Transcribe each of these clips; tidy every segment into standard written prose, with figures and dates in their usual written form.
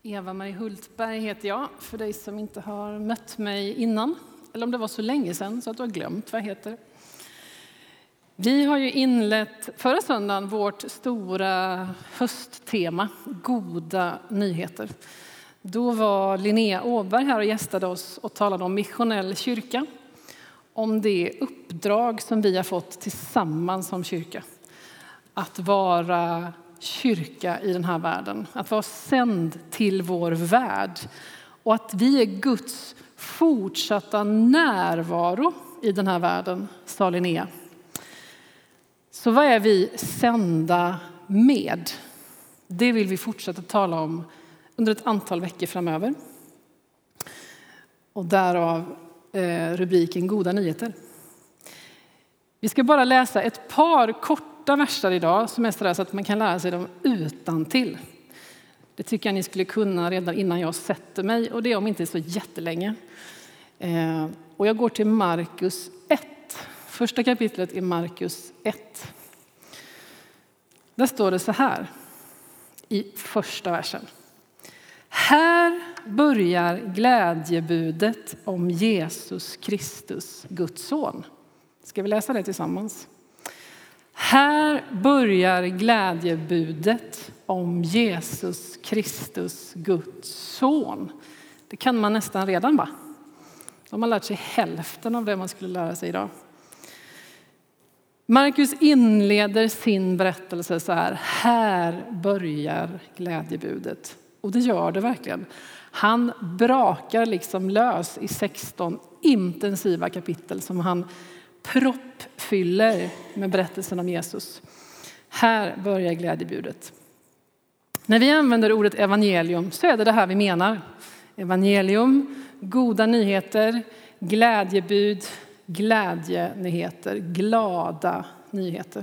Eva-Marie Hultberg heter jag, för dig som inte har mött mig innan. Eller om det var så länge sedan så att du har glömt vad jag heter. Vi har ju inlett förra söndagen vårt stora hösttema, goda nyheter. Då var Linnea Åberg här och gästade oss och talade om missionell kyrka. Om det uppdrag som vi har fått tillsammans som kyrka. Att vara kyrka i den här världen. Att vara sänd till vår värld. Och att vi är Guds fortsatta närvaro i den här världen, sa Linnea. Så vad är vi sända med? Det vill vi fortsätta tala om under ett antal veckor framöver. Och därav rubriken Goda nyheter. Vi ska bara läsa ett par korta verser idag som är så att man kan lära sig dem utantill. Det tycker jag ni skulle kunna redan innan jag sätter mig, och det är om inte så jättelänge. Och jag går till Markus 1. Första kapitlet i Markus 1. Där står det så här i första versen. Här börjar glädjebudet om Jesus Kristus, Guds son. Ska vi läsa det tillsammans? Här börjar glädjebudet om Jesus Kristus, Guds son. Det kan man nästan redan, va? De har lärt sig hälften av det man skulle lära sig idag. Markus inleder sin berättelse så här. Här börjar glädjebudet. Och det gör det verkligen. Han brakar liksom lös i 16 intensiva kapitel som han proppfyller med berättelsen om Jesus. Här börjar glädjebudet. När vi använder ordet evangelium så är det här vi menar. Evangelium, goda nyheter, glädjebud, glädjenyheter, glada nyheter.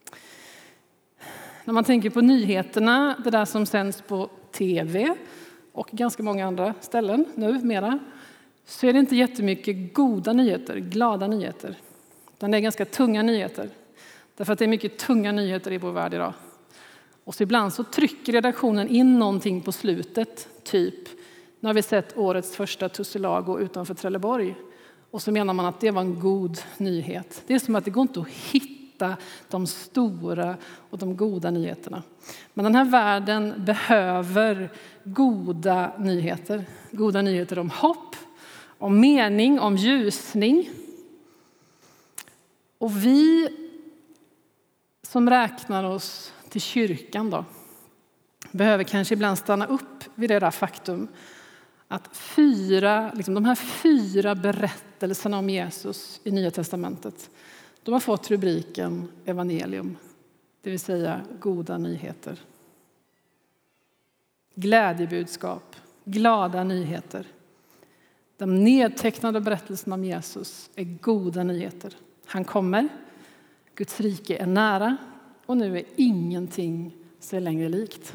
När man tänker på nyheterna, det där som sänds på tv och ganska många andra ställen nu mera, så är det inte jättemycket goda nyheter, glada nyheter. Utan det är ganska tunga nyheter. Därför att det är mycket tunga nyheter i vår värld idag. Och så ibland så trycker redaktionen in någonting på slutet. Typ, nu har vi sett årets första tussilago utanför Trelleborg. Och så menar man att det var en god nyhet. Det är som att det går inte att hitta de stora och de goda nyheterna. Men den här världen behöver goda nyheter. Goda nyheter om hopp, om mening, om ljusning. Och vi som räknar oss till kyrkan då, behöver kanske ibland stanna upp vid det där faktum att de här 4 berättelserna om Jesus i Nya testamentet, de har fått rubriken evangelium, det vill säga goda nyheter. Glädjebudskap, glada nyheter. De nedtecknade berättelserna om Jesus är goda nyheter. Han kommer, Guds rike är nära och nu är ingenting sig längre likt.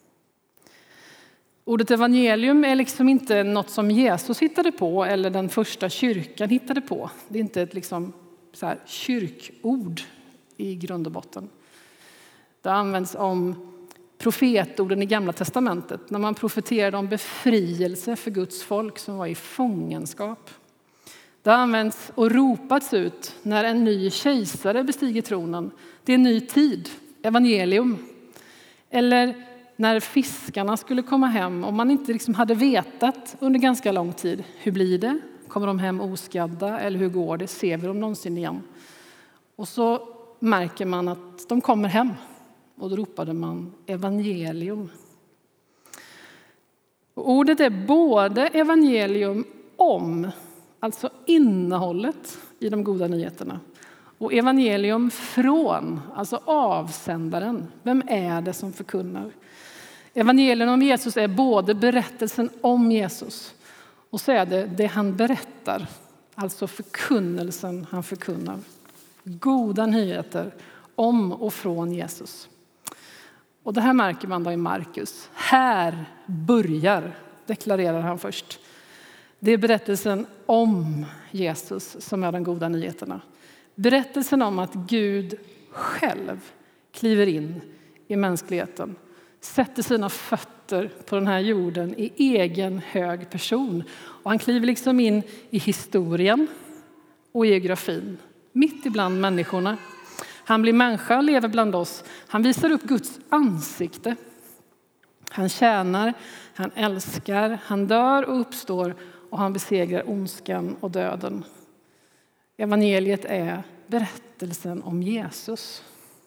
Ordet evangelium är liksom inte något som Jesus hittade på eller den första kyrkan hittade på. Det är inte ett liksom så här kyrkord i grund och botten. Det används om profetorden i Gamla testamentet när man profeterade om befrielse för Guds folk som var i fångenskap. Det har använts och ropats ut när en ny kejsare bestiger tronen. Det är en ny tid, evangelium. Eller när fiskarna skulle komma hem och man inte liksom hade vetat under ganska lång tid. Hur blir det? Kommer de hem oskadda eller hur går det? Ser vi dem någonsin igen? Och så märker man att de kommer hem. Och då ropade man evangelium. Och ordet är både evangelium om, alltså innehållet i de goda nyheterna. Och evangelium från, alltså avsändaren. Vem är det som förkunnar? Evangelium om Jesus är både berättelsen om Jesus och så är det han berättar. Alltså förkunnelsen han förkunnar. Goda nyheter om och från Jesus. Och det här märker man då i Markus. Här börjar, deklarerar han först. Det är berättelsen om Jesus som är de goda nyheterna. Berättelsen om att Gud själv kliver in i mänskligheten. sätter sina fötter på den här jorden i egen hög person. Och han kliver liksom in i historien och geografin, mitt ibland människorna. Han blir människa och lever bland oss. Han visar upp Guds ansikte. Han tjänar, han älskar, han dör och uppstår och han besegrar ondskan och döden. Evangeliet är berättelsen om Jesus.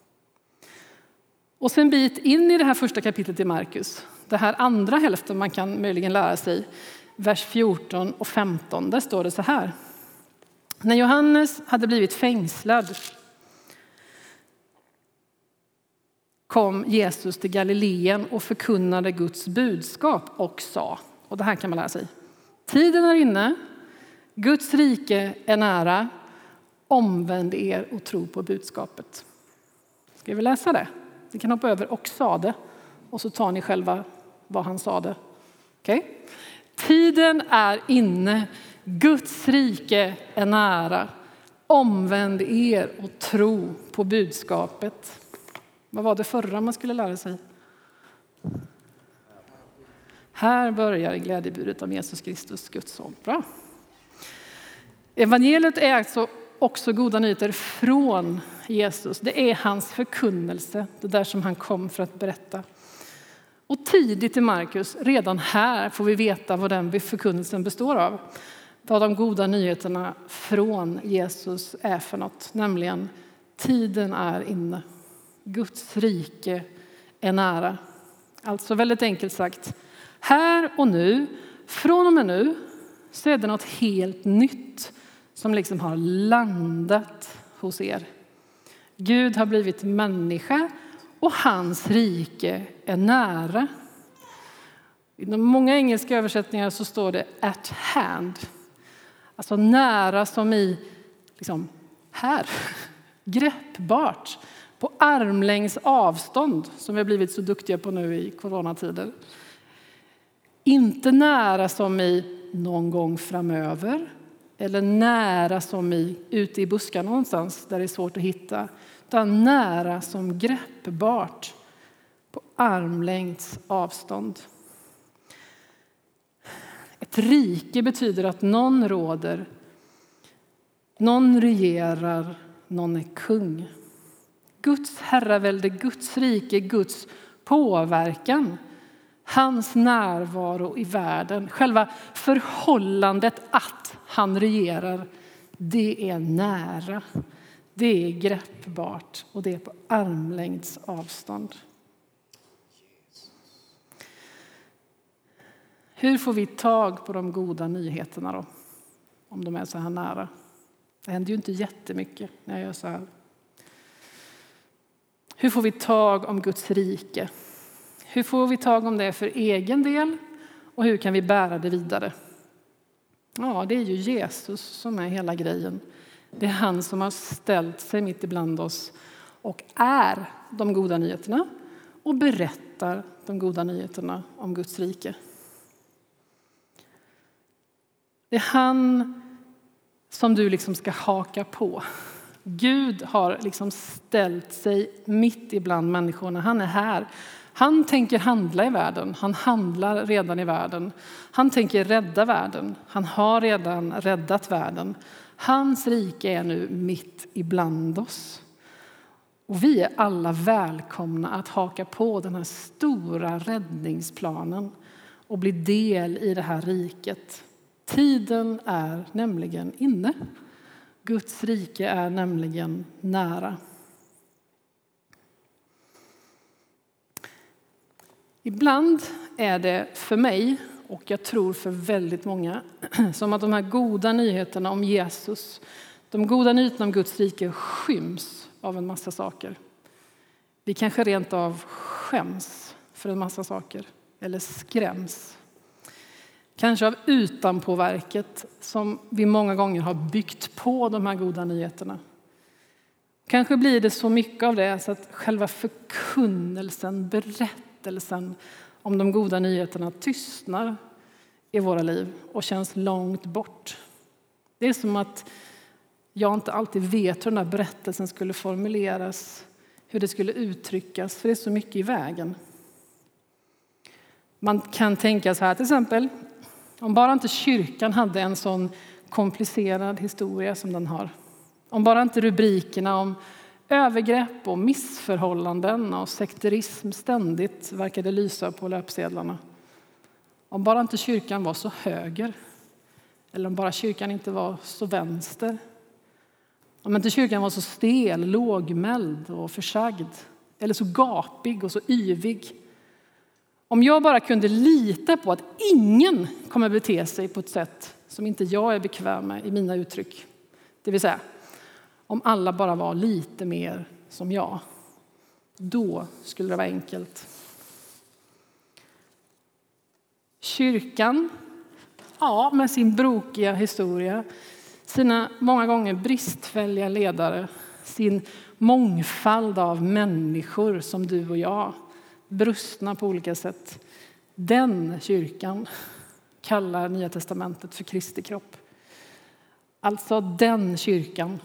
Och sen en bit in i det här första kapitlet i Markus, det här andra hälften man kan möjligen lära sig, vers 14 och 15, där står det så här. När Johannes hade blivit fängslad kom Jesus till Galileen och förkunnade Guds budskap och sa, och det här kan man lära sig. Tiden är inne, Guds rike är nära, omvänd er och tro på budskapet. Ska vi läsa det? Vi kan hoppa över och sa det och så tar ni själva vad han sa det. Okej? Tiden är inne, Guds rike är nära, omvänd er och tro på budskapet. Vad var det förra man skulle lära sig? Här börjar glädjebudet om Jesus Kristus, Guds son. Bra. Evangeliet är alltså också goda nyheter från Jesus. Det är hans förkunnelse, det där som han kom för att berätta. Och tidigt i Markus, redan här får vi veta vad den förkunnelsen består av. Vad de goda nyheterna från Jesus är för något. Nämligen, tiden är inne. Guds rike är nära. Alltså väldigt enkelt sagt, här och nu, från och med nu, så är det något helt nytt som liksom har landat hos er. Gud har blivit människa och hans rike är nära. I de många engelska översättningar så står det at hand. Alltså nära som i liksom här, greppbart. På armlängds avstånd, som vi har blivit så duktiga på nu i coronatider. Inte nära som i någon gång framöver. Eller nära som i ute i buskarna någonstans där det är svårt att hitta. Utan nära som greppbart. På armlängds avstånd. Ett rike betyder att någon råder. Någon regerar. Någon är kung. Guds herravälde, Guds rike, Guds påverkan. Hans närvaro i världen. Själva förhållandet att han regerar. Det är nära. Det är greppbart. Och det är på armlängds avstånd. Hur får vi tag på de goda nyheterna då? Om de är så här nära. Det händer ju inte jättemycket när jag gör så här. Hur får vi tag om Guds rike? Hur får vi tag om det för egen del? Och hur kan vi bära det vidare? Ja, det är ju Jesus som är hela grejen. Det är han som har ställt sig mitt ibland oss och är de goda nyheterna och berättar de goda nyheterna om Guds rike. Det är han som du liksom ska haka på. Gud har liksom ställt sig mitt ibland människorna. Han är här. Han tänker handla i världen. Han handlar redan i världen. Han tänker rädda världen. Han har redan räddat världen. Hans rike är nu mitt ibland oss. Och vi är alla välkomna att haka på den här stora räddningsplanen och bli del i det här riket. Tiden är nämligen inne. Guds rike är nämligen nära. Ibland är det för mig, och jag tror för väldigt många, som att de här goda nyheterna om Jesus, de goda nyheterna om Guds rike skyms av en massa saker. Vi kanske rent av skäms för en massa saker, eller skräms. Kanske av utanpåverket som vi många gånger har byggt på de här goda nyheterna. Kanske blir det så mycket av det så att själva förkunnelsen, berättelsen om de goda nyheterna tystnar i våra liv och känns långt bort. Det är som att jag inte alltid vet hur den här berättelsen skulle formuleras, hur det skulle uttryckas, för det är så mycket i vägen. Man kan tänka så här till exempel, om bara inte kyrkan hade en sån komplicerad historia som den har. Om bara inte rubrikerna om övergrepp och missförhållanden och sekterism ständigt verkade lysa på löpsedlarna. Om bara inte kyrkan var så höger. Eller om bara kyrkan inte var så vänster. Om inte kyrkan var så stel, lågmäld och försagd. Eller så gapig och så yvig. Om jag bara kunde lita på att ingen kommer bete sig på ett sätt som inte jag är bekväm med i mina uttryck. Det vill säga, om alla bara var lite mer som jag. Då skulle det vara enkelt. Kyrkan, ja, med sin brokiga historia, sina många gånger bristfälliga ledare, sin mångfald av människor som du och jag, brustna på olika sätt. Den kyrkan kallar Nya testamentet för Kristi kropp. Alltså den kyrkan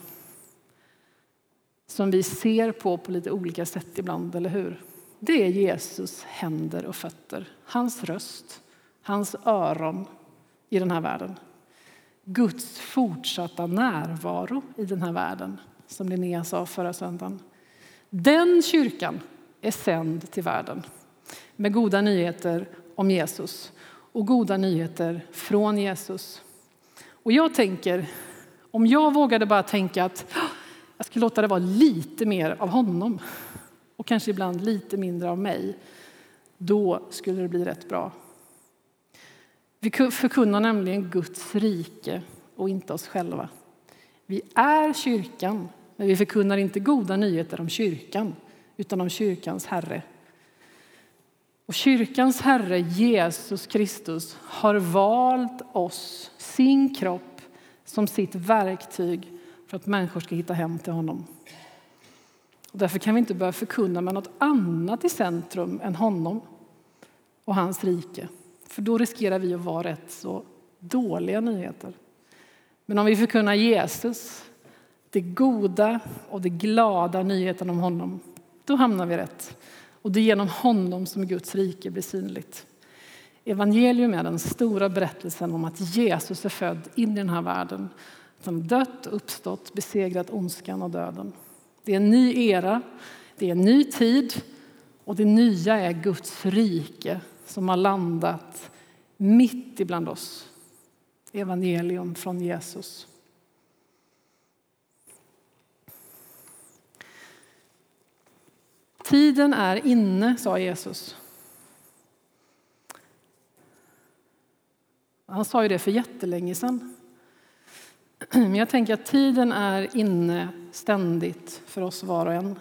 som vi ser på lite olika sätt ibland, eller hur? Det är Jesus händer och fötter, hans röst, hans öron i den här världen. Guds fortsatta närvaro i den här världen, som Linnea sa förra söndagen. Den kyrkan är sänd till världen med goda nyheter om Jesus och goda nyheter från Jesus. Och jag tänker, om jag vågade bara tänka att jag ska låta det vara lite mer av honom och kanske ibland lite mindre av mig, då skulle det bli rätt bra. Vi förkunnar nämligen Guds rike och inte oss själva. Vi är kyrkan, men vi förkunnar inte goda nyheter om kyrkan, utan om kyrkans Herre. Och kyrkans Herre, Jesus Kristus, har valt oss, sin kropp, som sitt verktyg för att människor ska hitta hem till honom. Och därför kan vi inte börja förkunna med något annat i centrum än honom och hans rike. För då riskerar vi att vara rätt så dåliga nyheter. Men om vi förkunnar Jesus, det goda och det glada nyheten om honom, då hamnar vi rätt. Och det är genom honom som Guds rike blir synligt. Evangelium är den stora berättelsen om att Jesus är född in i den här världen. Att han dött, uppstått, besegrat ondskan och döden. Det är en ny era, det är en ny tid och det nya är Guds rike som har landat mitt ibland oss. Evangelium från Jesus. Tiden är inne, sa Jesus. Han sa ju det för jättelänge sedan. Men jag tänker att tiden är inne ständigt för oss var och en.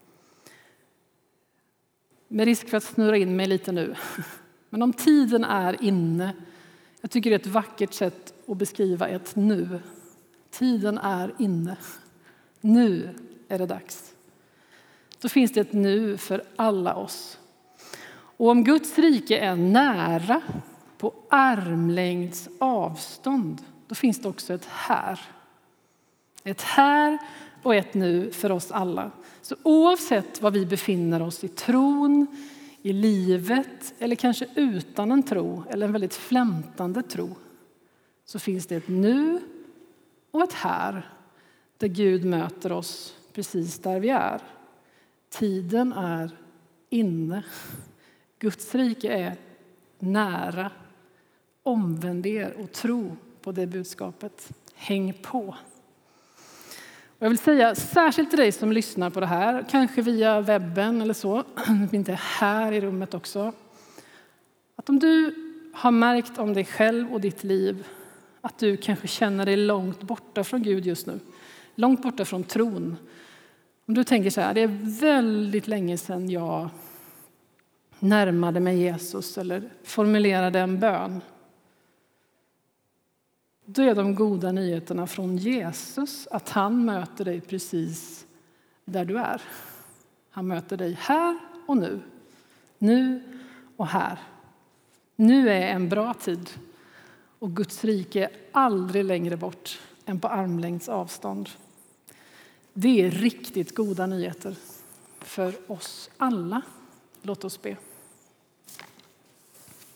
Med risk för att snurra in mig lite nu. Men om tiden är inne, jag tycker det är ett vackert sätt att beskriva ett nu. Tiden är inne. Nu är det dags. Då finns det ett nu för alla oss. Och om Guds rike är nära, på armlängds avstånd, då finns det också ett här. Ett här och ett nu för oss alla. Så oavsett var vi befinner oss i tron, i livet eller kanske utan en tro eller en väldigt flämtande tro, så finns det ett nu och ett här där Gud möter oss precis där vi är. Tiden är inne. Guds rike är nära. Omvänd er och tro på det budskapet. Häng på. Och jag vill säga särskilt till dig som lyssnar på det här, kanske via webben eller så, inte här i rummet också. Att om du har märkt om dig själv och ditt liv att du kanske känner dig långt borta från Gud just nu, långt borta från tron. Om du tänker så här, det är väldigt länge sedan jag närmade mig Jesus eller formulerade en bön. Då är de goda nyheterna från Jesus att han möter dig precis där du är. Han möter dig här och nu. Nu och här. Nu är en bra tid. Och Guds rike är aldrig längre bort än på armlängds avstånd. Det är riktigt goda nyheter för oss alla. Låt oss be.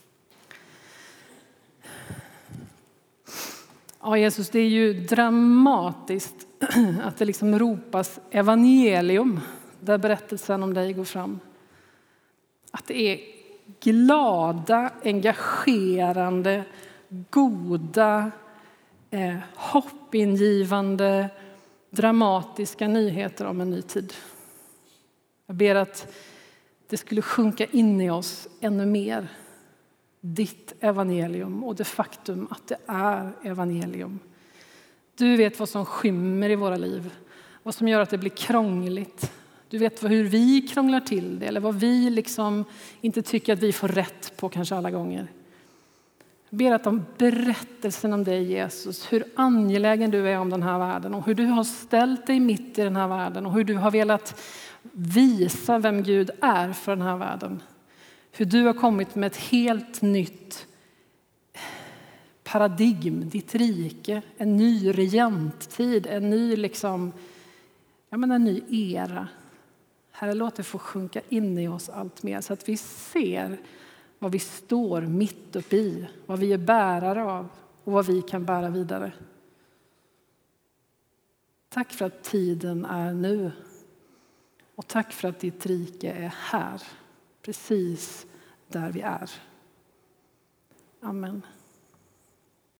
Ja, Jesus, det är ju dramatiskt att det liksom ropas evangelium där berättelsen om dig går fram. Att det är glada, engagerande, goda, hoppingivande, dramatiska nyheter om en ny tid. Jag ber att det skulle sjunka in i oss ännu mer. Ditt evangelium och det faktum att det är evangelium. Du vet vad som skymmer i våra liv. Vad som gör att det blir krångligt. Du vet hur vi krånglar till det. Eller vad vi liksom inte tycker att vi får rätt på kanske alla gånger. Jag ber att om berättelsen om dig Jesus. Hur angelägen du är om den här världen. Och hur du har ställt dig mitt i den här världen. Och hur du har velat visa vem Gud är för den här världen. Hur du har kommit med ett helt nytt paradigm, ditt rike, en ny regenttid, en ny en ny era. Herre, låt det få sjunka in i oss allt mer så att vi ser vad vi står mitt uppe i, vad vi är bärare av och vad vi kan bära vidare. Tack för att tiden är nu. Och tack för att ditt rike är här, precis där vi är. Amen.